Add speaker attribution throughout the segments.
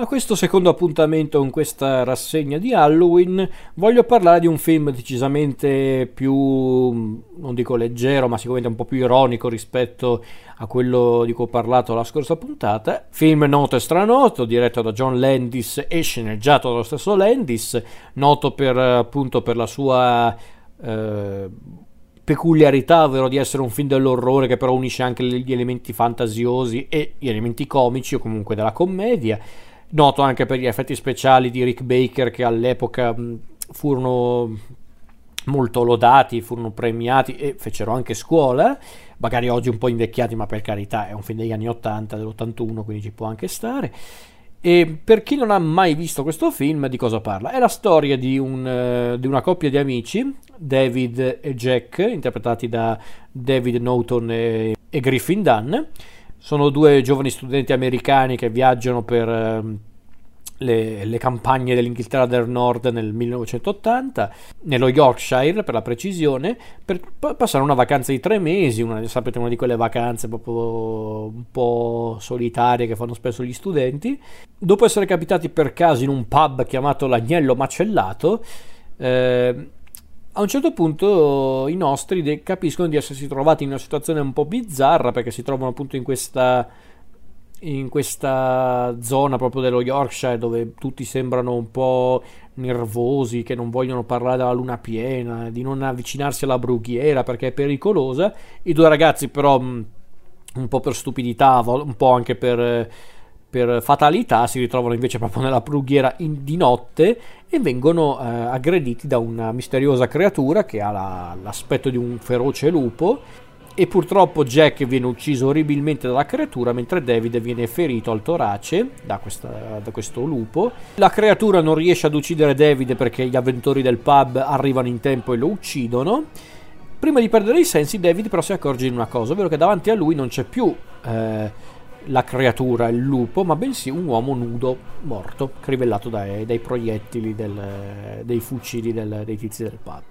Speaker 1: questo secondo appuntamento con questa rassegna di Halloween voglio parlare di un film decisamente più, non dico leggero, ma sicuramente un po' più ironico rispetto a quello di cui ho parlato la scorsa puntata. Film noto e stranoto, diretto da John Landis e sceneggiato dallo stesso Landis, noto per appunto per la sua peculiarità, ovvero di essere un film dell'orrore che però unisce anche gli elementi fantasiosi e gli elementi comici o comunque della commedia. Noto anche per gli effetti speciali di Rick Baker, che all'epoca furono molto lodati, furono premiati e fecero anche scuola, magari oggi un po' invecchiati, ma per carità è un film degli anni 80, dell'81, quindi ci può anche stare. E per chi non ha mai visto questo film, di cosa parla? È la storia di una coppia di amici, David e Jack, interpretati da David Naughton e Griffin Dunn. Sono due giovani studenti americani che viaggiano per le campagne dell'Inghilterra del Nord nel 1980, nello Yorkshire per la precisione, per passare una vacanza di 3 mesi, sapete, una di quelle vacanze proprio un po' solitarie che fanno spesso gli studenti. Dopo essere capitati per caso in un pub chiamato l'Agnello Macellato, a un certo punto i nostri capiscono di essersi trovati in una situazione un po' bizzarra, perché si trovano appunto in questa zona proprio dello Yorkshire dove tutti sembrano un po' nervosi, che non vogliono parlare della luna piena, di non avvicinarsi alla brughiera perché è pericolosa. I due ragazzi però un po' per stupidità, un po' anche per fatalità, si ritrovano invece proprio nella brughiera di notte e vengono aggrediti da una misteriosa creatura che ha l'aspetto di un feroce lupo, e purtroppo Jack viene ucciso orribilmente dalla creatura, mentre David viene ferito al torace da questo lupo. La creatura non riesce ad uccidere David perché gli avventori del pub arrivano in tempo e lo uccidono. Prima di perdere i sensi, David però si accorge di una cosa, ovvero che davanti a lui non c'è più la creatura, il lupo, ma bensì un uomo nudo, morto, crivellato dai proiettili dei fucili dei tizi del pub.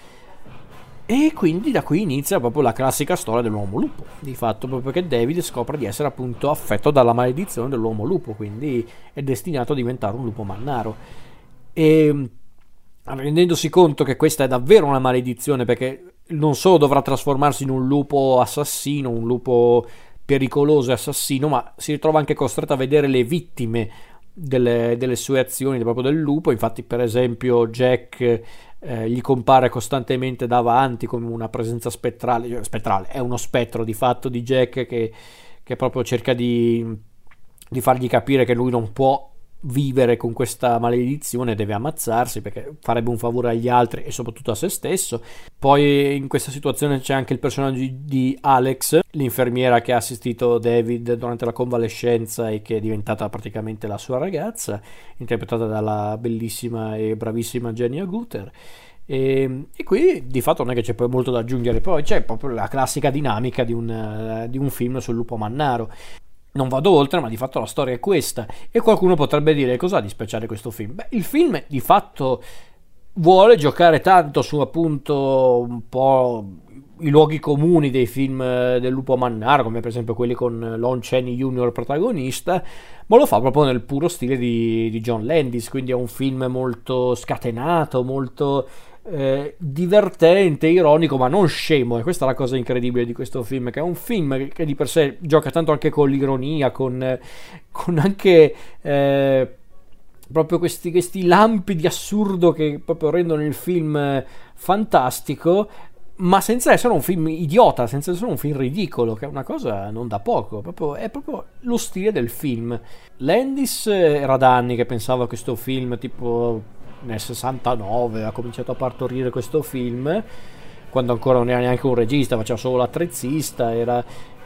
Speaker 1: E quindi da qui inizia proprio la classica storia dell'uomo lupo, di fatto, proprio perché David scopre di essere appunto affetto dalla maledizione dell'uomo lupo, quindi è destinato a diventare un lupo mannaro. E rendendosi conto che questa è davvero una maledizione, perché non solo dovrà trasformarsi in un lupo assassino, un lupo pericoloso e assassino, ma si ritrova anche costretto a vedere le vittime delle sue azioni, proprio del lupo. Infatti, per esempio, Jack gli compare costantemente davanti come una presenza spettrale, è uno spettro di fatto di Jack che proprio cerca di fargli capire che lui non può vivere con questa maledizione, deve ammazzarsi perché farebbe un favore agli altri e soprattutto a se stesso. Poi in questa situazione c'è anche il personaggio di Alex, l'infermiera che ha assistito David durante la convalescenza e che è diventata praticamente la sua ragazza, interpretata dalla bellissima e bravissima Jenny Agutter. E qui di fatto non è che c'è poi molto da aggiungere, poi c'è proprio la classica dinamica di un film sul lupo mannaro. Non vado oltre, ma di fatto la storia è questa. E qualcuno potrebbe dire: cos'ha di speciale questo film? Beh, il film di fatto vuole giocare tanto su appunto un po' i luoghi comuni dei film del lupo mannaro, come per esempio quelli con Lon Chaney Jr. protagonista, ma lo fa proprio nel puro stile di John Landis. Quindi è un film molto scatenato, molto divertente, ironico, ma non scemo. E questa è la cosa incredibile di questo film, che è un film che di per sé gioca tanto anche con l'ironia, con anche proprio questi lampi di assurdo che proprio rendono il film fantastico, ma senza essere un film idiota, senza essere un film ridicolo, che è una cosa non da poco. È proprio lo stile del film. Landis era da anni che pensava a questo film, tipo nel 69 ha cominciato a partorire questo film, quando ancora non era neanche un regista, faceva solo l'attrezzista, era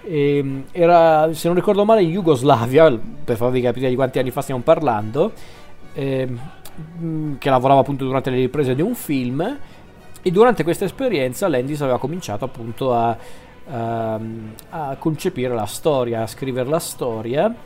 Speaker 1: se non ricordo male in Jugoslavia, per farvi capire di quanti anni fa stiamo parlando, che lavorava appunto durante le riprese di un film. E durante questa esperienza Landis aveva cominciato appunto a concepire la storia, a scrivere la storia,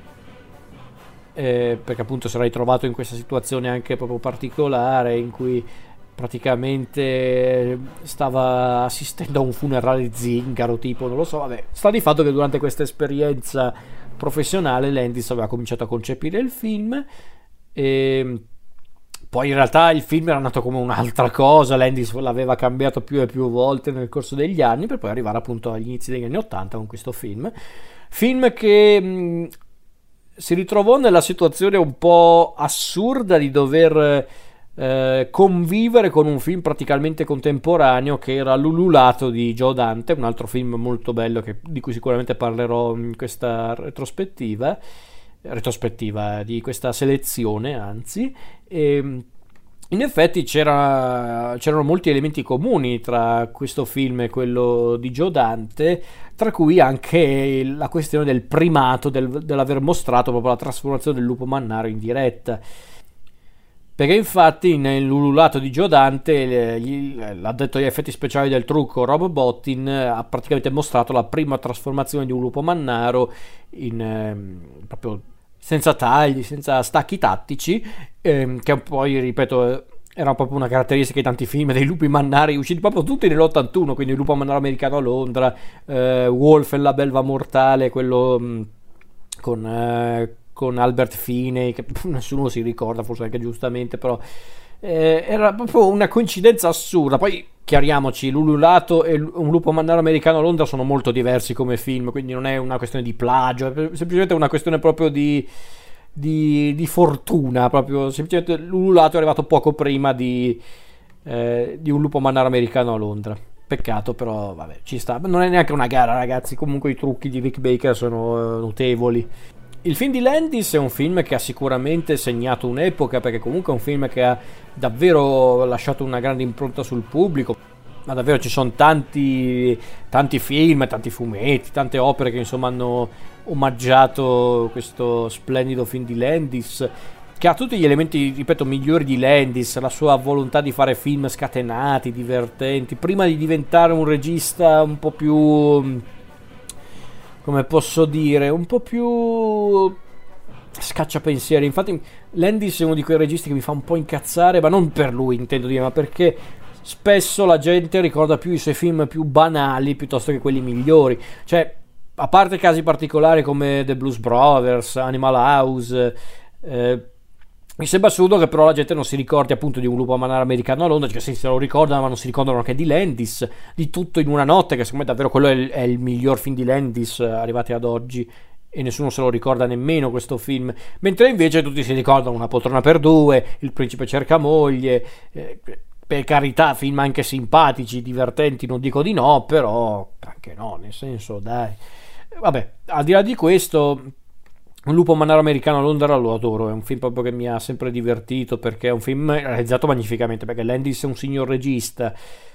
Speaker 1: perché appunto si era ritrovato in questa situazione anche proprio particolare in cui praticamente stava assistendo a un funerale zingaro, tipo, non lo so, vabbè, sta di fatto che durante questa esperienza professionale Landis aveva cominciato a concepire il film, e poi in realtà il film era nato come un'altra cosa, Landis l'aveva cambiato più e più volte nel corso degli anni per poi arrivare appunto agli inizi degli anni '80 con questo film che si ritrovò nella situazione un po' assurda di dover convivere con un film praticamente contemporaneo che era L'ululato di Joe Dante, un altro film molto bello di cui sicuramente parlerò in questa retrospettiva di questa selezione, anzi. E in effetti c'erano molti elementi comuni tra questo film e quello di Joe Dante, tra cui anche la questione del primato dell'aver mostrato proprio la trasformazione del lupo mannaro in diretta. Perché infatti nell'ululato di Joe Dante l'addetto agli effetti speciali del trucco Rob Bottin ha praticamente mostrato la prima trasformazione di un lupo mannaro proprio senza tagli, senza stacchi tattici, che poi, ripeto, era proprio una caratteristica di tanti film dei lupi mannari usciti proprio tutti nell'81, quindi il lupo mannaro americano a Londra, Wolf e la belva mortale, quello con Albert Finney, che nessuno si ricorda, forse anche giustamente, però era proprio una coincidenza assurda. Poi chiariamoci, L'ululato e Un lupo mannaro americano a Londra sono molto diversi come film, quindi non è una questione di plagio, è semplicemente una questione proprio di fortuna, proprio semplicemente L'ululato è arrivato poco prima di Un lupo mannaro americano a Londra. Peccato, però vabbè, ci sta. Non è neanche una gara, ragazzi, comunque i trucchi di Rick Baker sono notevoli. Il film di Landis è un film che ha sicuramente segnato un'epoca, perché comunque è un film che ha davvero lasciato una grande impronta sul pubblico, ma davvero ci sono tanti film, tanti fumetti, tante opere che insomma hanno omaggiato questo splendido film di Landis, che ha tutti gli elementi, ripeto, migliori di Landis, la sua volontà di fare film scatenati, divertenti, prima di diventare un regista un po' più, come posso dire, un po' più scacciapensieri. Infatti Landis è uno di quei registi che mi fa un po' incazzare, ma non per lui, intendo dire, ma perché spesso la gente ricorda più i suoi film più banali piuttosto che quelli migliori. Cioè, a parte casi particolari come The Blues Brothers, Animal House, mi sembra assurdo che però la gente non si ricordi appunto di Un lupo mannaro americano a Londra, cioè sì, se lo ricordano, ma non si ricordano anche di Landis, di Tutto in una notte, che secondo me davvero quello è il miglior film di Landis arrivati ad oggi, e nessuno se lo ricorda nemmeno questo film, mentre invece tutti si ricordano Una poltrona per due, Il principe cerca moglie, per carità, film anche simpatici, divertenti, non dico di no, però anche no, nel senso, dai. Vabbè, al di là di questo, Un lupo mannaro americano a Londra lo adoro, è un film proprio che mi ha sempre divertito, perché è un film realizzato magnificamente, perché Landis è un signor regista,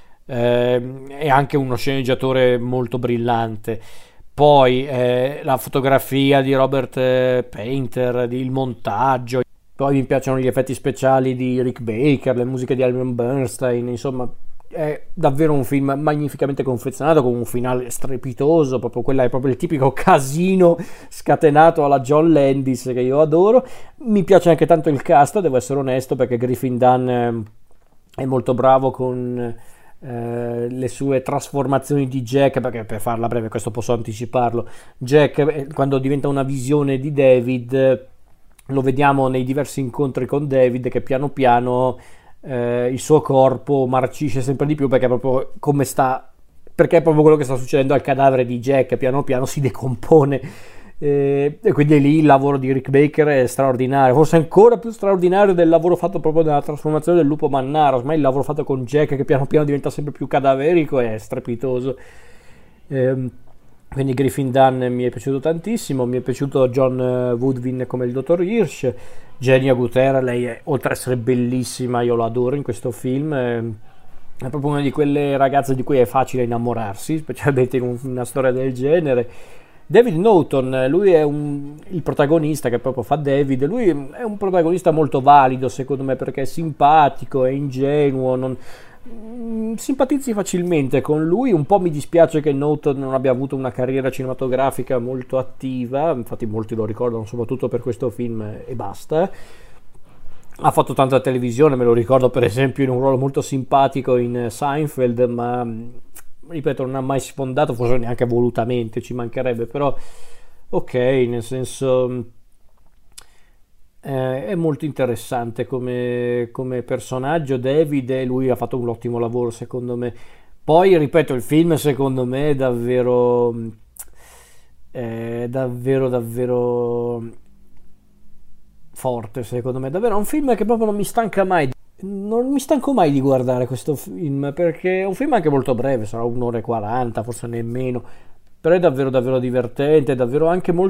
Speaker 1: è anche uno sceneggiatore molto brillante. Poi la fotografia di Robert Painter, il montaggio, poi mi piacciono gli effetti speciali di Rick Baker, le musiche di Alan Bernstein, insomma è davvero un film magnificamente confezionato, con un finale strepitoso, proprio quella è proprio il tipico casino scatenato alla John Landis che io adoro. Mi piace anche tanto il cast, devo essere onesto, perché Griffin Dunn è molto bravo con le sue trasformazioni di Jack, perché per farla breve questo posso anticiparlo, Jack quando diventa una visione di David lo vediamo nei diversi incontri con David, che piano piano il suo corpo marcisce sempre di più, perché è proprio come sta, perché è proprio quello che sta succedendo al cadavere di Jack, piano piano si decompone, e quindi lì il lavoro di Rick Baker è straordinario, forse ancora più straordinario del lavoro fatto proprio nella trasformazione del lupo mannaro. Ormai il lavoro fatto con Jack, che piano piano diventa sempre più cadaverico, è strepitoso. Quindi Griffin Dunn mi è piaciuto tantissimo, mi è piaciuto John Woodvin come il dottor Hirsch, Genia Gutera, lei è, oltre ad essere bellissima, io la adoro in questo film, è proprio una di quelle ragazze di cui è facile innamorarsi, specialmente in una storia del genere. David Naughton, lui è il protagonista che proprio fa David, lui è un protagonista molto valido secondo me, perché è simpatico, è ingenuo, simpatizzi facilmente con lui. Un po' mi dispiace che Naughton non abbia avuto una carriera cinematografica molto attiva, infatti molti lo ricordano soprattutto per questo film e basta. Ha fatto tanta televisione, me lo ricordo per esempio in un ruolo molto simpatico in Seinfeld, ma ripeto non ha mai sfondato, forse neanche volutamente, ci mancherebbe, però ok, nel senso è molto interessante come personaggio David e lui ha fatto un ottimo lavoro secondo me. Poi, ripeto, il film secondo me è davvero, davvero forte, secondo me. Davvero, è un film che proprio non mi stanca mai. Non mi stanco mai di guardare questo film perché è un film anche molto breve, sarà un'ora e 40, forse nemmeno. Però è davvero davvero divertente, è davvero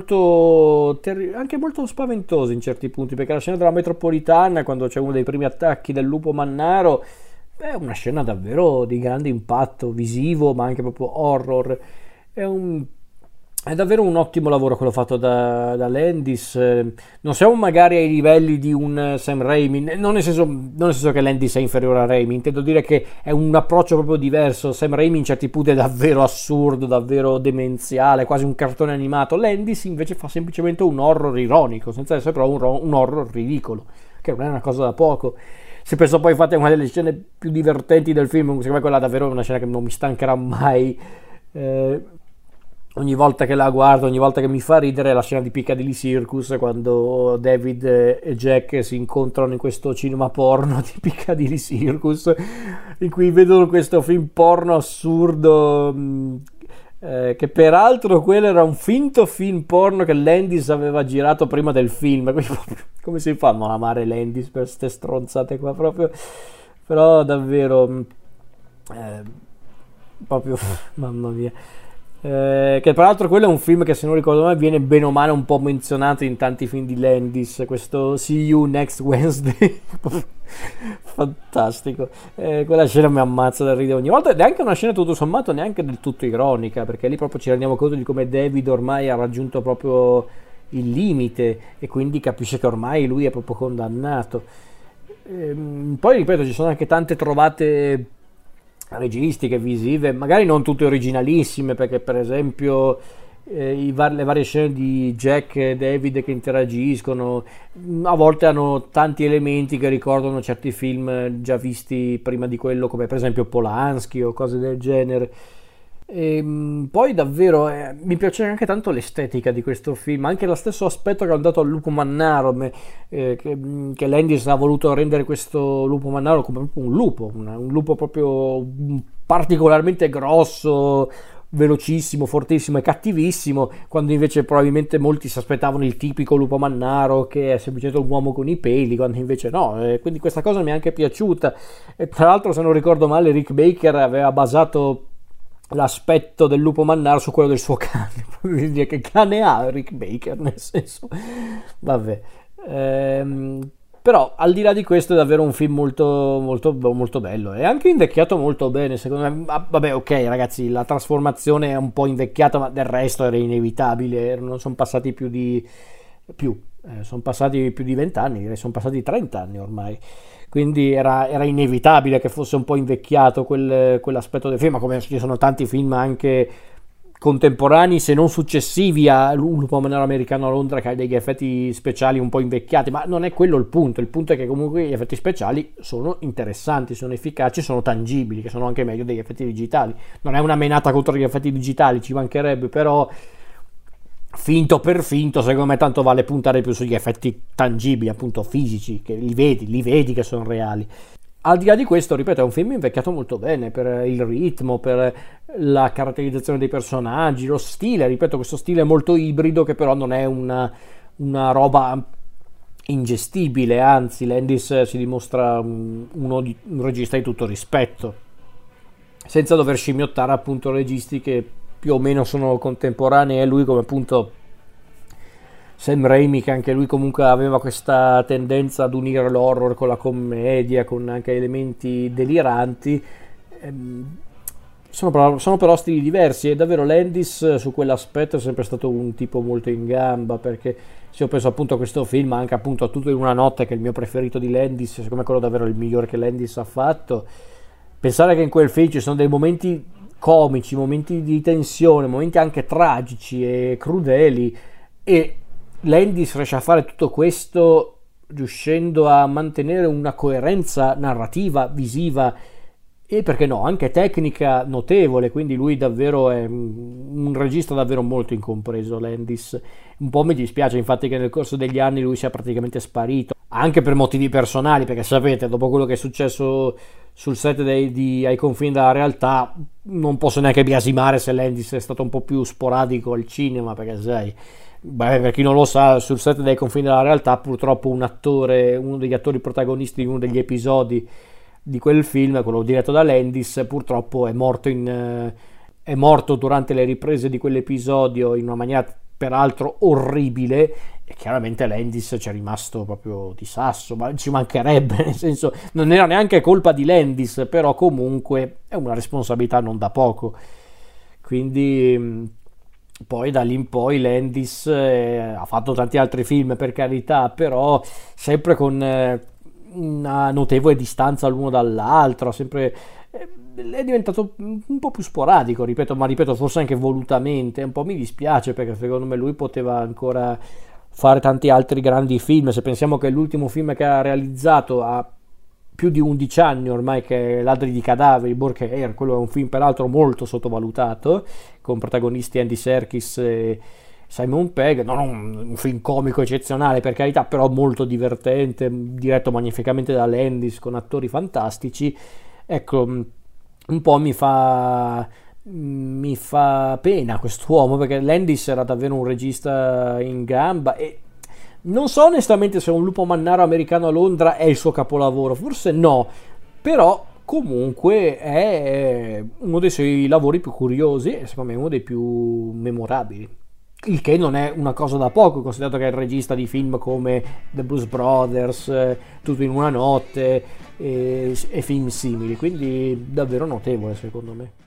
Speaker 1: anche molto spaventoso in certi punti, perché la scena della metropolitana, quando c'è uno dei primi attacchi del lupo mannaro, è una scena davvero di grande impatto visivo, ma anche proprio horror. È un è davvero un ottimo lavoro quello fatto da Landis. Non siamo magari ai livelli di un Sam Raimi, non nel senso che Landis è inferiore a Raimi, intendo dire che è un approccio proprio diverso. Sam Raimi in certi punti è davvero assurdo, davvero demenziale, quasi un cartone animato. Landis invece fa semplicemente un horror ironico, senza essere però un horror ridicolo, che non è una cosa da poco. Se penso poi infatti a una delle scene più divertenti del film, secondo me quella davvero è una scena che non mi stancherà mai. Eh, Ogni volta che la guardo, ogni volta che mi fa ridere, è la scena di Piccadilly Circus, quando David e Jack si incontrano in questo cinema porno di Piccadilly Circus, in cui vedono questo film porno assurdo, che peraltro quello era un finto film porno che Landis aveva girato prima del film. Quindi proprio, come si fa a non amare Landis per queste stronzate qua proprio? Però davvero, eh, proprio, mamma mia. Che peraltro quello è un film che, se non ricordo male, viene bene o male un po' menzionato in tanti film di Landis, questo See You Next Wednesday. Fantastico. Quella scena mi ammazza da ridere ogni volta, ed è anche una scena tutto sommato neanche del tutto ironica, perché lì proprio ci rendiamo conto di come David ormai ha raggiunto proprio il limite e quindi capisce che ormai lui è proprio condannato. Poi ripeto, ci sono anche tante trovate registiche, visive, magari non tutte originalissime, perché per esempio le varie scene di Jack e David che interagiscono a volte hanno tanti elementi che ricordano certi film già visti prima di quello, come per esempio Polanski o cose del genere. Poi davvero mi piace anche tanto l'estetica di questo film, anche lo stesso aspetto che hanno dato al lupo mannaro, che Landis ha voluto rendere questo lupo mannaro come proprio un lupo, un lupo proprio particolarmente grosso, velocissimo, fortissimo e cattivissimo, quando invece probabilmente molti si aspettavano il tipico lupo mannaro che è semplicemente un uomo con i peli, quando invece no. Quindi questa cosa mi è anche piaciuta. E tra l'altro, se non ricordo male, Rick Baker aveva basato l'aspetto del lupo mannaro su quello del suo cane. Quindi dire che cane ha Rick Baker, nel senso, vabbè. Però al di là di questo è davvero un film molto molto molto bello, è anche invecchiato molto bene secondo me. Vabbè, ok ragazzi, la trasformazione è un po' invecchiata, ma del resto era inevitabile. Non sono passati sono passati più di 20 anni, direi sono passati 30 anni ormai, quindi era inevitabile che fosse un po' invecchiato quell'aspetto del film, ma come ci sono tanti film anche contemporanei, se non successivi a Un lupo mannaro americano a Londra, che ha degli effetti speciali un po' invecchiati, ma non è quello il punto è che comunque gli effetti speciali sono interessanti, sono efficaci, sono tangibili, che sono anche meglio degli effetti digitali. Non è una menata contro gli effetti digitali, ci mancherebbe, però finto per finto, secondo me tanto vale puntare più sugli effetti tangibili, appunto fisici, che li vedi che sono reali. Al di là di questo, ripeto, è un film invecchiato molto bene per il ritmo, per la caratterizzazione dei personaggi, lo stile, ripeto, questo stile molto ibrido che però non è una roba ingestibile, anzi Landis si dimostra un regista di tutto rispetto, senza dover scimmiottare appunto registi che più o meno sono contemporanei a lui, come appunto Sam Raimi, che anche lui comunque aveva questa tendenza ad unire l'horror con la commedia, con anche elementi deliranti. Sono però stili diversi, e davvero Landis su quell'aspetto è sempre stato un tipo molto in gamba, perché se io penso appunto a questo film, ma anche appunto a Tutto in una notte, che è il mio preferito di Landis, secondo me quello davvero il migliore che Landis ha fatto, pensare che in quel film ci sono dei momenti comici, momenti di tensione, momenti anche tragici e crudeli, e Landis riesce a fare tutto questo riuscendo a mantenere una coerenza narrativa, visiva e perché no, anche tecnica notevole, quindi lui davvero è un regista davvero molto incompreso, Landis. Un po' mi dispiace infatti che nel corso degli anni lui sia praticamente sparito, anche per motivi personali, perché sapete, dopo quello che è successo sul set di Ai confini della realtà, non posso neanche biasimare se Landis è stato un po' più sporadico al cinema, perché sai, beh, per chi non lo sa, sul set dei confini della realtà purtroppo un attore, uno degli attori protagonisti di uno degli episodi di quel film, quello diretto da Landis, purtroppo è morto durante le riprese di quell'episodio in una maniera peraltro orribile, e chiaramente Landis ci è rimasto proprio di sasso, ma ci mancherebbe, nel senso non era neanche colpa di Landis, però comunque è una responsabilità non da poco. Quindi poi da lì in poi Landis ha fatto tanti altri film, per carità, però sempre con una notevole distanza l'uno dall'altro, sempre è diventato un po' più sporadico, ripeto, ma ripeto, forse anche volutamente. Un po' mi dispiace, perché secondo me lui poteva ancora fare tanti altri grandi film. Se pensiamo che l'ultimo film che ha realizzato ha più di 11 anni ormai, che è Ladri di cadaveri, Burke Air, quello è un film peraltro molto sottovalutato, con protagonisti Andy Serkis e Simon Pegg, non un film comico eccezionale per carità, però molto divertente, diretto magnificamente da Landis, con attori fantastici. Ecco, un po' mi fa pena quest'uomo, perché Landis era davvero un regista in gamba, e non so onestamente se Un lupo mannaro americano a Londra è il suo capolavoro, forse no, però comunque è uno dei suoi lavori più curiosi e secondo me uno dei più memorabili. Il che non è una cosa da poco, considerato che è il regista di film come The Blues Brothers, Tutto in una notte e film simili, quindi davvero notevole secondo me.